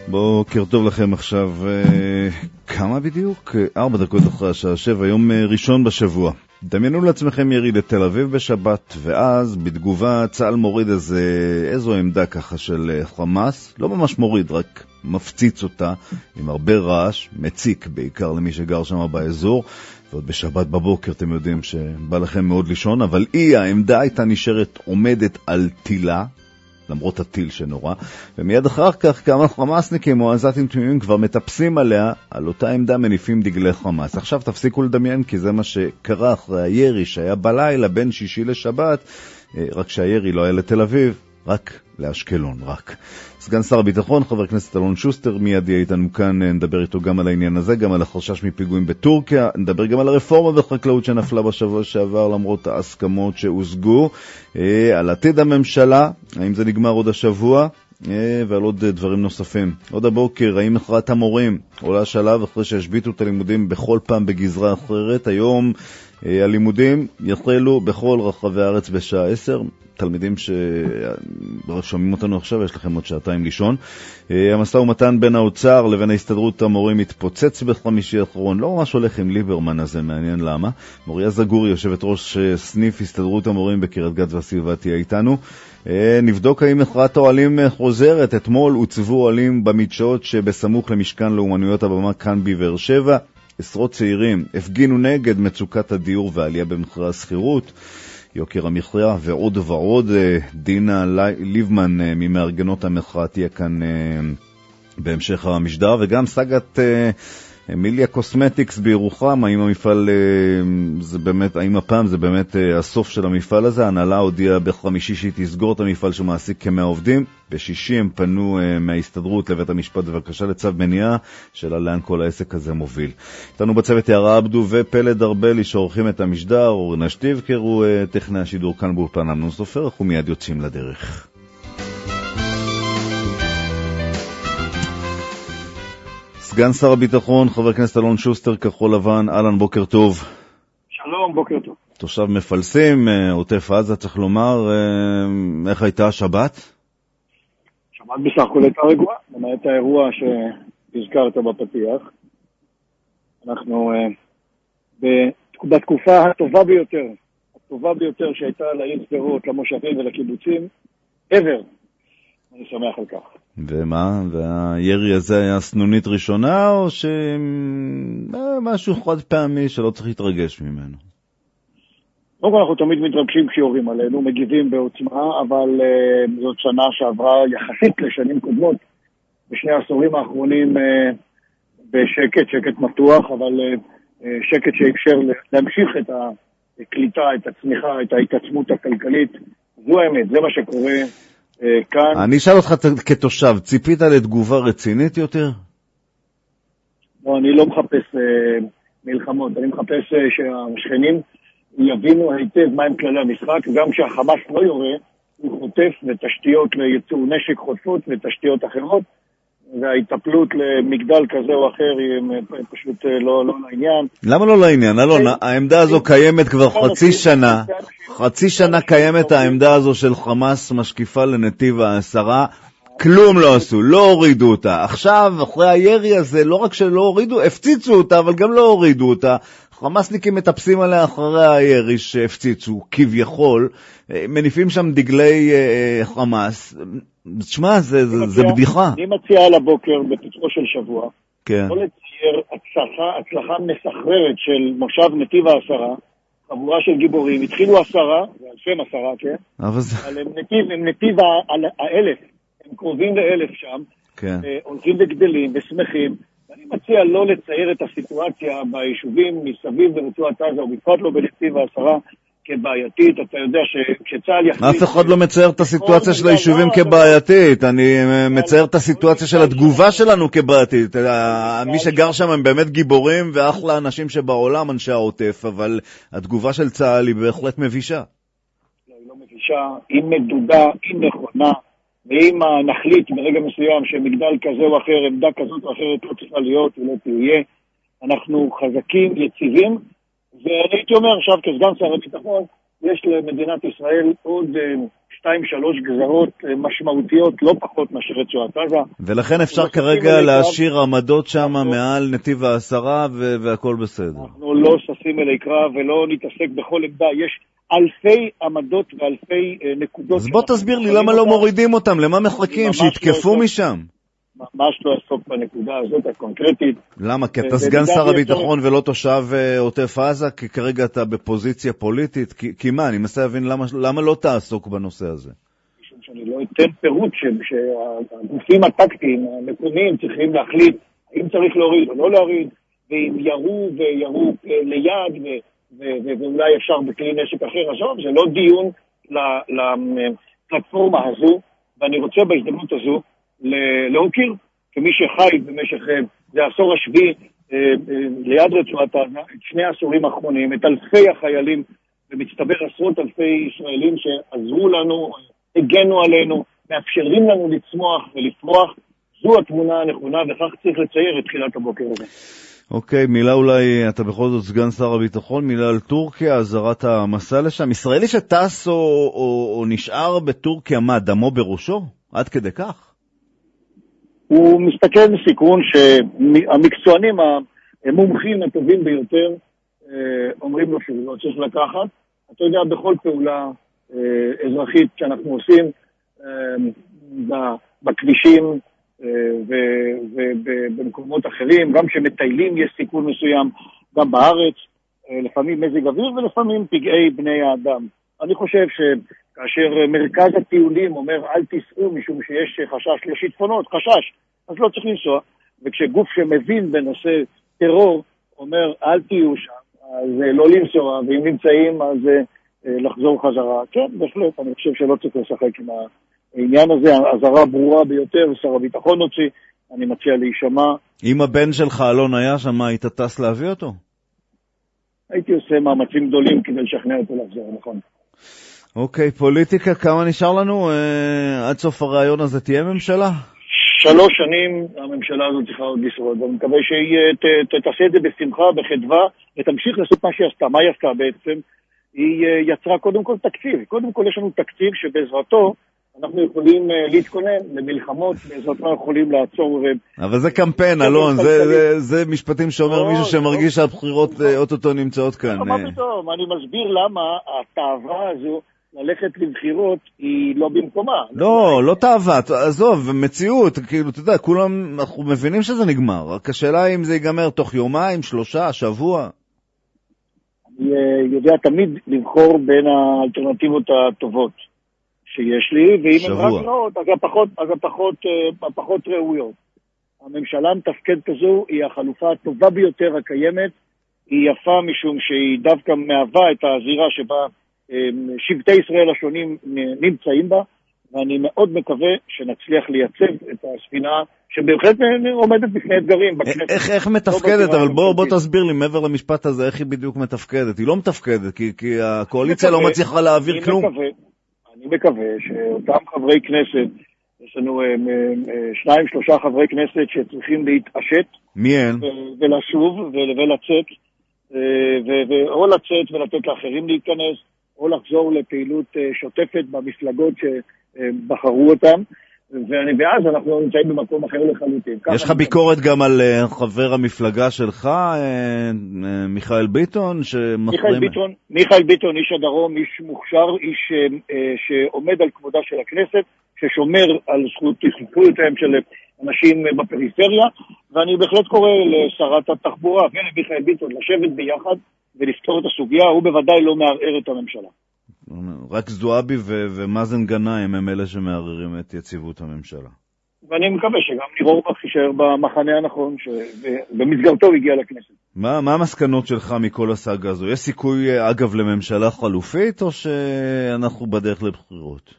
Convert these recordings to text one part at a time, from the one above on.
בוקר טוב לכם עכשיו, כמה בדיוק? 4 דקות אחרי השעה 7, יום ראשון בשבוע. דמיינו לעצמכם ירי לתל אביב בשבת, ואז בתגובה צה"ל מוריד איזו עמדה ככה של חמאס, לא ממש מוריד, רק מפציץ אותה עם הרבה רעש, מציק בעיקר למי שגר שם באזור, ועוד בשבת בבוקר אתם יודעים שבא לכם מאוד לישון, אבל העמדה הייתה נשארת עומדת על טילה, למרות הטיל שנורא, ומיד אחר כך כמה חמאסניקים או עזתים תמימים כבר מטפסים עליה, על אותה עמדה מניפים דגלי חמאס. עכשיו תפסיקו לדמיין, כי זה מה שקרה אחרי הירי שהיה בלילה בין שישי לשבת, רק שהירי לא היה לתל אביב, רק לאשקלון, רק. סגן שר הביטחון, חבר הכנסת אלון שוסטר, מיד יהיה איתנו כאן, נדבר איתו גם על העניין הזה, גם על החשש מפיגועים בטורקיה, נדבר גם על הרפורמה בחקלאות שנפלה בשבוע שעבר, למרות ההסכמות שהושגו, על עתיד הממשלה, האם זה נגמר עוד השבוע, ועל עוד דברים נוספים. עוד הבוקר, האם הכרעת המורים עולה שלב אחרי שהשביתו את הלימודים בכל פעם בגזרה אחרת, היום הלימודים יחלו בכל רחבי הארץ בשעה 10, תלמידים ששומעים אותנו עכשיו, יש לכם עוד שעתיים לישון. המשא ומתן בין האוצר לבין ההסתדרות המורים מתפוצץ בחמישי האחרון, לא ממש הולך עם ליברמן הזה, מעניין למה. מוריה זגורי, יושבת ראש סניף הסתדרות המורים בקריית גת והסביבה, תהיה איתנו. נבדוק האם הכרעת האוהלים חוזרת. אתמול הוצבו אוהלים במדשאות שבסמוך למשכן לאומנויות הבמה כאן בבאר שבע. עשרות צעירים הפגינו נגד מצוקת הדיור והעלייה במחירי השכירות, יוקר המחיה ועוד ועוד. דינה ליבמן ממארגנות המחאה תהיה כאן בהמשך המשדר, וגם סגת אמיליה קוסמטיקס בירוחם, האם המפעל זה באמת, האם הפעם זה באמת הסוף של המפעל הזה? ההנהלה הודיעה בחמישי שהיא תסגור את המפעל שמעסיק כ100 עובדים. בשישי הם פנו מההסתדרות לבית המשפט בבקשה לצו מניעה, שאלה לאן כל העסק הזה מוביל. איתנו בצוות יערה עבדו ופלד ארבלי שעורכים את המשדר, אורנה שטיבקר הוא טכנאי השידור כאן באולפן אמנון סופר, אנחנו מיד יוצאים לדרך. סגן שר הביטחון, חבר הכנסת אלון שוסטר, כחול לבן, אלן, בוקר טוב. שלום, בוקר טוב. תושב מפלסים, עוטף עזה, צריך לומר, איך הייתה השבת? שבת בסך הכל הייתה רגועה, למעט האירוע שהזכרת בפתיח. אנחנו בתקופה הטובה ביותר שהייתה לעיר שדרות, למושבים ולקיבוצים, ever. אני שמח על כך. ומה? והירי הזה היה סנונית ראשונה, או שמשהו חד פעמי שלא צריך להתרגש ממנו? קודם כל אנחנו תמיד מתרגשים כשיורים עלינו, מגיבים בעוצמה, אבל זאת שנה שעברה יחסית לשנים קודמות, בשני העשורים האחרונים שקט מתוח, אבל שקט שאפשר להמשיך את הקליטה, את הצמיחה, את ההתעצמות הכלכלית. זו האמת, זה מה שקורה כאן. אני אשאל אותך כתושב, ציפית לתגובה רצינית יותר? לא, אני לא מחפש מלחמות, אני מחפש שהשכנים יבינו היטב מהם כללי המשחק, גם שהחמאס לא יורה, הוא חוטף ותשתיות לייצור נשק חוטפות ותשתיות אחרות, וההתפלות למגדל כזה או אחר היא פשוט לא לעניין. למה לא לעניין? אלון, העמדה הזו קיימת כבר חצי שנה קיימת העמדה הזו של חמאס משקיפה לנתיב העשרה, כלום לא עשו, לא הורידו אותה. עכשיו, אחרי הירי הזה, לא רק שלא הורידו, הפציצו אותה, אבל גם לא הורידו אותה. חמאסניקים מטפסים עליה אחרי הירי שהפציצו, כביכול, מניפים שם דגלי חמאס. תשמע, זה בדיחה. אני מציע על הבוקר, בפתחו של שבוע, כן. לא לצייר הצלחה מסחררת של מושב נתיב העשרה, חבורה של גיבורים, התחילו 10, ועל שם 10, כן? אבל הם נתיב האלף, הם קרובים ל1,000 שם, כן. הולכים וגדלים ושמחים. אני מציע לא לצייר את הסיטואציה ביישובים מסביב ברצועת עזה, ובפרט לא בנתיב העשרה, כבעייתית. אתה יודע שכשצה"ל יחליט... אף אחד לא מצייר את הסיטואציה של היישובים כבעייתית, אני מצייר את הסיטואציה של התגובה שלנו כבעייתית. מי שגר שם הם באמת גיבורים ואחלה אנשים שבעולם, אנשי העוטף, אבל התגובה של צה"ל היא בהחלט מבישה. לא, היא לא מבישה, היא מדודה, היא נכונה, ואם נחליט ברגע מסוים שמגדל כזה או אחר, עמדה כזאת או אחרת לא צריכה להיות ולא תהיה, אנחנו חזקים, יציבים, ואני הייתי אומר עכשיו כסגן שר הביטחון, יש למדינת ישראל עוד 2-3 גזרות משמעותיות, לא פחות מאשר רצועת עזה. ולכן אפשר כרגע להשאיר עמדות שם מעל נתיב העשרה והכל בסדר. אנחנו לא ששים אלי קרב ולא נתעסק בכל עמדה. יש אלפי עמדות ואלפי נקודות. אז בוא תסביר לי למה לא מורידים אותם, למה מחכים, שיתקפו משם. ממש לא אעסוק בנקודה הזאת הקונקרטית. למה? כי אתה סגן שר הביטחון ולא תושב עוטף עזה, כי כרגע אתה בפוזיציה פוליטית, כי מה? אני מנסה להבין למה לא תעסוק בנושא הזה. משום שאני לא אתן פירוט שהגופים הטקטיים, המקומיים, צריכים להחליט אם צריך להוריד או לא להוריד, ואם ירו וירו ליד, ואולי אפשר בכלי נשק אחר. עכשיו, זה לא דיון לפלטפורמה הזו, ואני רוצה בהזדמנות הזו להוקיר, כמי שחי במשך זה העשור השביעי ליד רצועת עזה, את 2 העשורים האחרונים, את אלפי החיילים, ומצטבר עשרות אלפי ישראלים שעזרו לנו, הגנו עלינו, מאפשרים לנו לצמוח ולפרוח. זו התמונה הנכונה, וכך צריך לצייר את תחילת הבוקר הזה. אוקיי, מילה אולי, אתה בכל זאת סגן שר הביטחון, מילה על טורקיה, הזרת המסע לשם. ישראלי שטס או נשאר בטורקיה, מה, דמו בראשו? עד כדי כך? הוא מסתכל בסיכון שהמקצוענים המומחים הטובים ביותר אומרים לו שהוא לא צריך לקחת. אתה יודע, בכל פעולה אזרחית שאנחנו עושים בכבישים ובמקומות אחרים, גם שמטיילים יש סיכון מסוים, גם בארץ, לפעמים מזג אוויר ולפעמים פגעי בני האדם. אני חושב שכאשר מרכז הטיולים אומר אל תיסעו משום שיש חשש לשיטפונות, חשש, אז לא צריך לנסוע. וכשגוף שמבין בנושא טרור אומר אל תהיו שם, אז לא לנסוע, ואם נמצאים אז לחזור חזרה. כן, בהחלט, אני חושב שלא צריך לשחק עם העניין הזה. הזרה ברורה ביותר, שר הביטחון הוציא, אני מציע להישמע. אם הבן שלך אלון היה שם, היית טס להביא אותו? הייתי עושה מאמצים גדולים כדי לשכנע אותו לחזור, נכון. אוקיי, פוליטיקה, כמה נשאר לנו? עד סוף הרעיון הזה תהיה ממשלה? 3 שנים הממשלה הזאת צריכה עוד לשרוד, ואני מקווה שהיא תעשה את זה בשמחה, בחדווה, ותמשיך לעשות מה שהיא עשתה. מה היא עשתה בעצם? היא יצרה קודם כל תקציב. קודם כל יש לנו תקציב שבעזרתו אנחנו יכולים להתכונן למלחמות, בעזרתו יכולים לעצור. אבל זה קמפיין, אלון, זה משפטים שאומר מישהו שמרגיש שהבחירות אוטוטו נמצאות כאן. מה פתאום? אני מסביר למה התאווה הזו ללכת לבחירות היא לא במקומה. לא תאווה, עזוב, מציאות, כאילו, אתה יודע, כולם, אנחנו מבינים שזה נגמר, רק השאלה אם זה ייגמר תוך יומיים, 3, שבוע. אני יודע תמיד לבחור בין האלטרנטיבות הטובות שיש לי, ואם הן רק רעות, אז הפחות ראויות. הממשלה מתפקד כזו היא החלופה הטובה ביותר הקיימת, היא יפה משום שהיא דווקא מהווה את הזירה שבה שבטי ישראל השונים נמצאים בה, ואני מאוד מקווה שנצליח לייצב את הספינה שבהחלט עומדת בפני אתגרים בכנסת. איך מתפקדת? אבל בוא תסביר לי מעבר למשפט הזה, איך היא בדיוק מתפקדת? היא לא מתפקדת, כי הקואליציה לא מצליחה להעביר כלום. אני מקווה שאותם חברי כנסת, יש לנו 2-3 חברי כנסת שצריכים להתעשת. מי הם? ולשוב ולצאת, או לצאת ולתת לאחרים להיכנס, או לחזור לפעילות שוטפת במפלגות שבחרו אותם, ואז אנחנו נמצאים במקום אחר לחלוטין. יש לך ביקורת גם על חבר המפלגה שלך, מיכאל ביטון? מיכאל ביטון, איש הדרום, איש מוכשר, איש שעומד על כבודה של הכנסת, ששומר על זכויותיהם של אנשים בפריפריה, ואני בהחלט קורא לשרת התחבורה ולמיכאל ביטון לשבת ביחד ולפתור את הסוגיה. הוא בוודאי לא מערער את הממשלה. רק זועבי ומאזן גנאים הם אלה שמערערים את יציבות הממשלה. ואני מקווה שגם ניר אורבך יישאר במחנה הנכון, שבמסגרתו הגיע לכנסת. מה המסקנות שלך מכל הסאגה הזו? יש סיכוי, אגב, לממשלה חלופית, או שאנחנו בדרך לבחירות?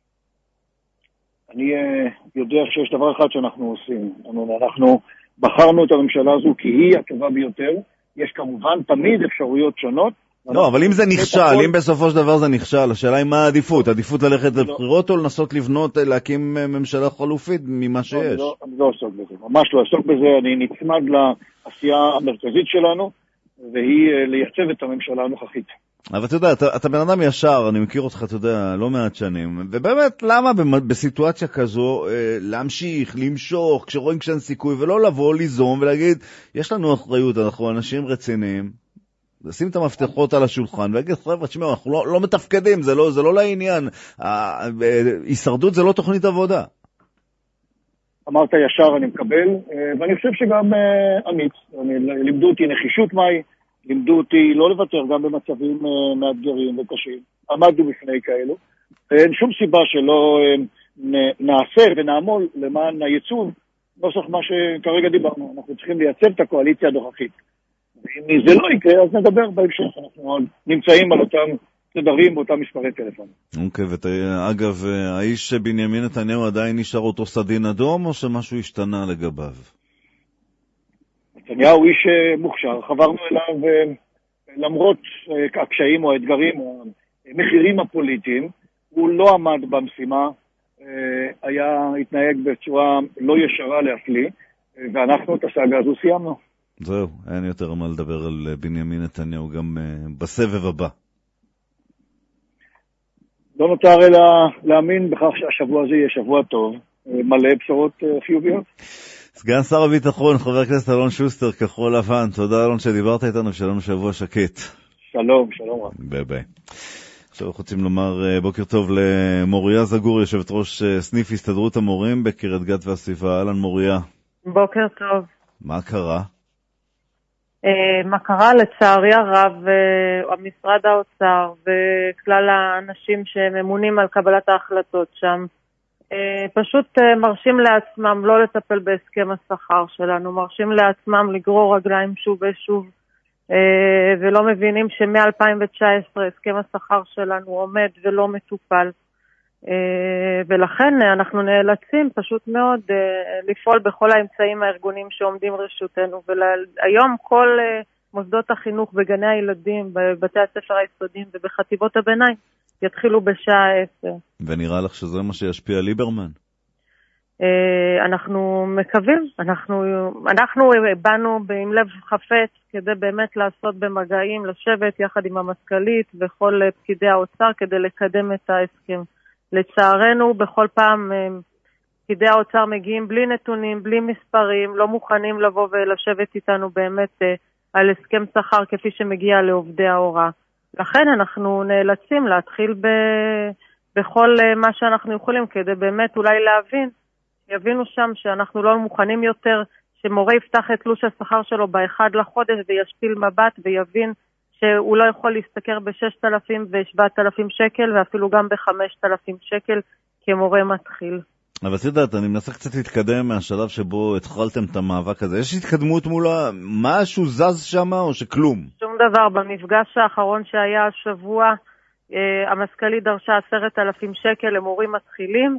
אני יודע שיש דבר אחד שאנחנו עושים. אנחנו בחרנו את הממשלה הזו כי היא הטובה ביותר. יש כמובן תמיד אפשרויות שונות. לא, אבל אם זה נכשל, אם בסופו של דבר זה נכשל, השאלה היא מה העדיפות? עדיפות ללכת לבחירות או לנסות לבנות, להקים ממשלה חלופית ממה שיש? אני לא עסוק בזה, ממש לא עסוק בזה. אני נצמד לעשייה המרכזית שלנו, והיא לייצב את הממשלה הנוכחית. אבל אתה יודע, אתה בן אדם ישר, אני מכיר אותך, אתה יודע, לא מעט שנים, ובאמת, למה בסיטואציה כזו להמשיך, למשוך, כשרואים כשאין סיכוי, ולא לבוא, ליזום ולהגיד, יש לנו אחריות, אנחנו אנשים רציניים, לשים את המפתחות על השולחן, ולהגיד, חבר'ה, תשמעו, אנחנו לא מתפקדים, זה לא לעניין, הישרדות זה לא תוכנית עבודה. אמרת ישר, אני מקבל, ואני חושב שגם אמיץ, לימדו אותי נחישות מהי, לימדו אותי לא לוותר גם במצבים מאתגרים וקשים. עמדנו בפני כאלו. אין שום סיבה שלא נעשה ונעמול למען הייצוב, נוסח מה שכרגע דיברנו. אנחנו צריכים לייצב את הקואליציה הנוכחית. ואם זה לא יקרה, אז נדבר בהמשך. אנחנו נמצאים על אותם תדרים באותם מספרי טלפון. אוקיי, ואגב, האיש בנימין נתניהו עדיין נשאר אותו סדין אדום, או שמשהו השתנה לגביו? נתניהו איש מוכשר, חברנו אליו למרות הקשיים או האתגרים או המחירים הפוליטיים, הוא לא עמד במשימה, התנהג בצורה לא ישרה להפליא, ואנחנו את הסאגה הזו סיימנו. זהו, אין יותר מה לדבר על בנימין נתניהו גם בסבב הבא. לא נותר אלא להאמין בכך שהשבוע הזה יהיה שבוע טוב, מלא בשורות חיוביות. סגן שר הביטחון, חבר הכנסת אלון שוסטר, כחול לבן, תודה אלון שדיברת איתנו, שלום שבוע שקט. שלום, שלום רב. ביי ביי. עכשיו אנחנו רוצים לומר בוקר טוב למוריה זגור, יושבת ראש סניף הסתדרות המורים בקריית גת והסביבה. אהלן מוריה. בוקר טוב. מה קרה? מה קרה? לצערי הרב, משרד האוצר וכלל האנשים שממונים על קבלת ההחלטות שם, פשוט מרשים לעצמם לא לטפל בהסכם השכר שלנו, מרשים לעצמם לגרור רגליים שוב ושוב, ולא מבינים שמ-2019 הסכם השכר שלנו עומד ולא מטופל, ולכן אנחנו נאלצים פשוט מאוד לפעול בכל האמצעים הארגוניים שעומדים רשותנו, והיום כל מוסדות החינוך בגני הילדים, בבתי הספר היסודיים ובחטיבות הביניים יתחילו בשעה 10. ונראה לך שזה מה שישפיע ליברמן? אנחנו מקווים, אנחנו באנו עם לב חפץ כדי באמת לעשות במגעים, לשבת יחד עם המזכ"לית וכל פקידי האוצר כדי לקדם את ההסכם. לצערנו בכל פעם פקידי האוצר מגיעים בלי נתונים, בלי מספרים, לא מוכנים לבוא ולשבת איתנו באמת על הסכם שכר כפי שמגיע לעובדי ההוראה. לכן אנחנו נאלצים להתחיל בכל מה שאנחנו יכולים כדי באמת אולי יבינו שם שאנחנו לא מוכנים יותר, שמורה יפתח את תלוש השכר שלו באחד לחודש וישפיל מבט ויבין שהוא לא יכול להסתכר ב6,000 ו7,000 שקל ואפילו גם ב5,000 שקל כמורה מתחיל. אבל יודעת, אני מנסה קצת להתקדם מהשלב שבו התחלתם את המאבק הזה. יש התקדמות מולה? משהו זז שם או שכלום? שום דבר. במפגש האחרון שהיה השבוע, המזכ"לית דרשה 10,000 שקל למורים מתחילים,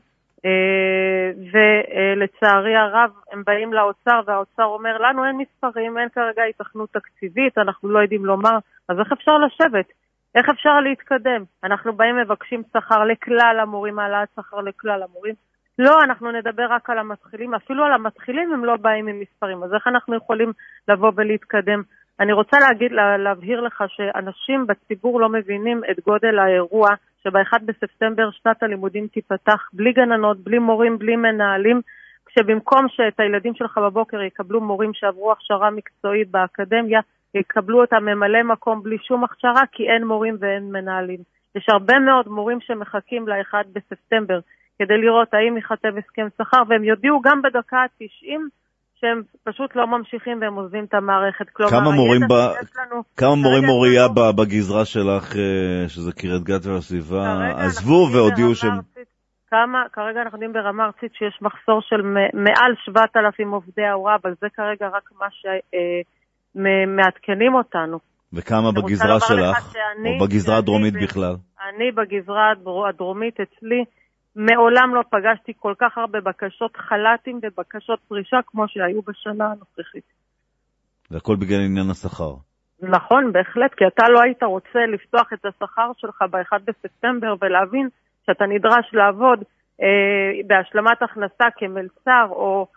ולצערי הרב הם באים לאוצר והאוצר אומר לנו אין מספרים, אין כרגע התכנות תקציבית, אנחנו לא יודעים לומר, אז איך אפשר לשבת? איך אפשר להתקדם? אנחנו באים מבקשים שכר לכלל המורים, העלאת שכר לכלל המורים. לא, אנחנו נדבר רק על המתחילים, אפילו על המתחילים הם לא באים עם מספרים, אז איך אנחנו יכולים לבוא ולהתקדם? אני רוצה להבהיר לך שאנשים בציבור לא מבינים את גודל האירוע, שב-1 בספטמבר שנת הלימודים תיפתח בלי גננות, בלי מורים, בלי מנהלים, כשבמקום שאת הילדים שלך בבוקר יקבלו מורים שעברו הכשרה מקצועית באקדמיה, יקבלו אותם ממלא מקום בלי שום הכשרה, כי אין מורים ואין מנהלים. יש הרבה מאוד מורים שמחכים ל-1 בספטמבר, כדי לראות האם ייחתם הסכם שכר, והם יודיעו גם בדקה ה-90 שהם פשוט לא ממשיכים והם עוזבים את המערכת. כמה מורים מוריה בגזרה שלך, שזה קריית גת והסביבה, עזבו והודיעו שהם... כרגע אנחנו יודעים ברמה ארצית שיש מחסור של מעל 7,000 עובדי ההוראה, אבל זה כרגע רק מה שמעדכנים אותנו. וכמה בגזרה שלך, או בגזרה הדרומית בכלל? אני בגזרה הדרומית אצלי, מעולם לא פגשתי כל כך הרבה בקשות חל"תים ובקשות פרישה כמו שהיו בשנה הנוכחית. והכל בגלל עניין השכר. נכון, בהחלט, כי אתה לא היית רוצה לפתוח את השכר שלך ב-1 בספטמבר ולהבין שאתה נדרש לעבוד בהשלמת הכנסה כמלצר או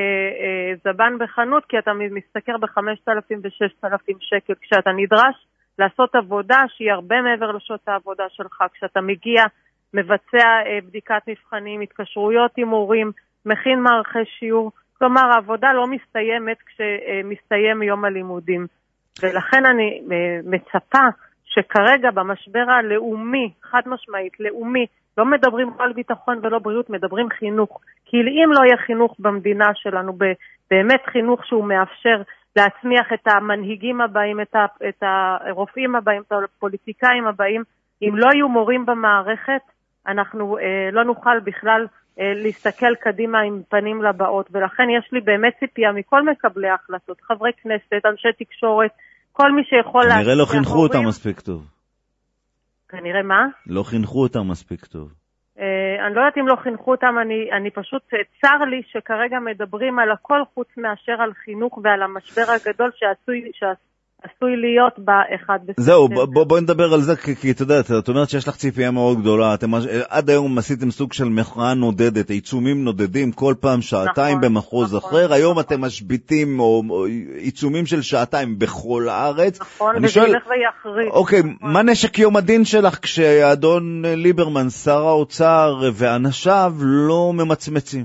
כזבן בחנות, כי אתה מסתכר ב5,000 ו6,000 שקל, כשאתה נדרש לעשות עבודה שהיא הרבה מעבר לשעות העבודה שלך. כשאתה מגיע, מבצע בדיקת מבחנים, התקשרויות עם הורים, מכין מערכי שיעור, כלומר העבודה לא מסתיימת כשמסתיים יום הלימודים. ולכן אני מצפה שכרגע במשבר הלאומי, חד משמעית, לאומי, לא מדברים על ביטחון ולא בריאות, מדברים חינוך. כי אם לא יהיה חינוך במדינה שלנו, באמת חינוך שהוא מאפשר להצמיח את המנהיגים הבאים, את הרופאים הבאים, את הפוליטיקאים הבאים, אם לא יהיו מורים במערכת, אנחנו לא נוכל בכלל להסתכל קדימה עם פנים לבאות. ולכן יש לי באמת ציפייה מכל מקבלי ההחלטות, חברי כנסת, אנשי תקשורת, כל מי שיכול להצליח. כנראה לא חינכו אותם מספיק טוב. כנראה מה? לא חינכו אותם מספיק טוב. אני לא יודעת אם לא חינכו אותם, אני פשוט צר לי שכרגע מדברים על הכל חוץ מאשר על חינוך ועל המשבר הגדול שעשוי להיות ב-1 בספטמבר. זהו, בואי נדבר על זה, כי אתה יודע, את אומרת שיש לך ציפייה מאוד גדולה, עד היום עשיתם סוג של מחאה נודדת, עיצומים נודדים, כל פעם שעתיים במחוז אחר, היום אתם משביתים עיצומים של שעתיים בכל הארץ. נכון, וזה ילך ויחריד. אוקיי, מה נשק יום הדין שלך כשאדון ליברמן, שר האוצר ואנשיו לא ממצמצים?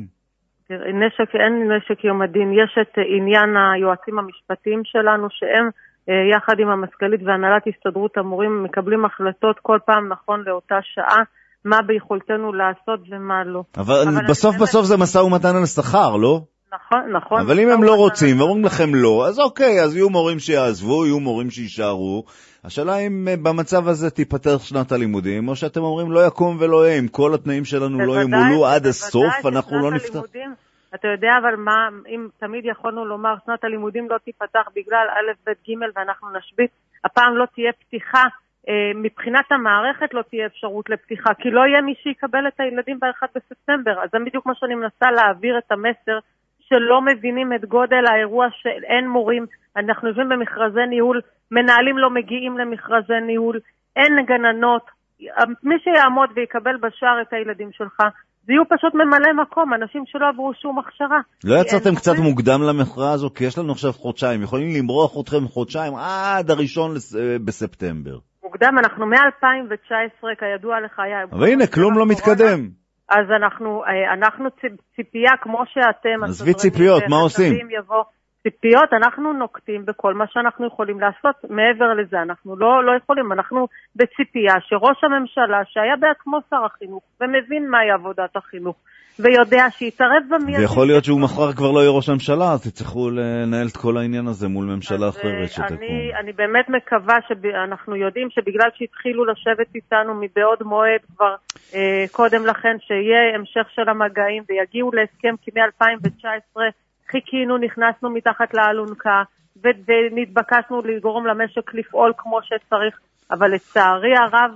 אין נשק יום הדין, יש את עניין היועצים המשפטיים שלנו שהם יחד עם המזכ"לית והנהלת הסתדרות המורים מקבלים החלטות כל פעם נכון לאותה שעה, מה ביכולתנו לעשות ומה לא. אבל בסוף זה משא ומתן על שכר, לא? נכון. אבל אם הם לא רוצים ואומרים לכם לא, אז אוקיי, אז יהיו מורים שיעזבו, יהיו מורים שישארו. השאלה אם במצב הזה תיפתח שנת הלימודים, או שאתם אומרים לא יקום ולא יהיה, אם כל התנאים שלנו לא ימולאו עד הסוף, אנחנו לא נפתח. אתה יודע אבל מה, אם תמיד יכולנו לומר שנת הלימודים לא תיפתח בגלל א' ב' ג' ואנחנו נשבית, הפעם לא תהיה פתיחה, מבחינת המערכת לא תהיה אפשרות לפתיחה, כי לא יהיה מי שיקבל את הילדים ב-1 בספטמבר. אז זה בדיוק מה שאני מנסה להעביר את המסר, שלא מבינים את גודל האירוע שאין מורים, אנחנו יושבים במכרזי ניהול, מנהלים לא מגיעים למכרזי ניהול, אין גננות, מי שיעמוד ויקבל בשער את הילדים שלך, זה יהיו פשוט ממלא מקום, אנשים שלא עברו שום הכשרה. לא יצאתם קצת מוקדם למחאה הזו? כי יש לנו עכשיו חודשיים, יכולים למרוח אתכם חודשיים עד 1 בספטמבר. מוקדם, אנחנו מ-2019, כידוע לך היה... אבל הנה, כלום לא מתקדם. אז אנחנו ציפייה כמו שאתם... עזבי ציפיות, מה עושים? ציפיות, אנחנו נוקטים בכל מה שאנחנו יכולים לעשות. מעבר לזה, אנחנו לא יכולים, אנחנו בציפייה שראש הממשלה, שהיה בעצמו שר החינוך, ומבין מהי עבודת החינוך, ויודע שיתערב במיידי. ויכול להיות שהוא מחר כבר לא יהיה ראש הממשלה, אז תצטרכו לנהל את כל העניין הזה מול ממשלה אחרת שתקום. אני באמת מקווה שאנחנו יודעים שבגלל שהתחילו לשבת איתנו מבעוד מועד כבר קודם לכן, שיהיה המשך של המגעים ויגיעו להסכם כמ-2019, חיכינו, נכנסנו מתחת לאלונקה, ונתבקשנו לגרום למשק לפעול כמו שצריך, אבל לצערי הרב,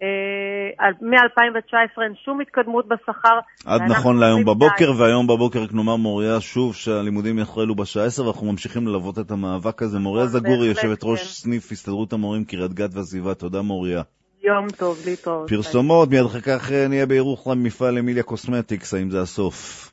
מ-2019 אין שום התקדמות בשכר. עד נכון להיום בבוקר, והיום בבוקר כלומר מוריה שוב שהלימודים יחלו בשעה 10, ואנחנו ממשיכים ללוות את המאבק הזה. מוריה זגורי, יושבת ראש סניף הסתדרות המורים קריית גת והסביבה, תודה מוריה. יום טוב, להתראות. פרסומות, מיד אחר כך נהיה בירוחם מפעל אמיליה קוסמטיקס, האם זה הסוף?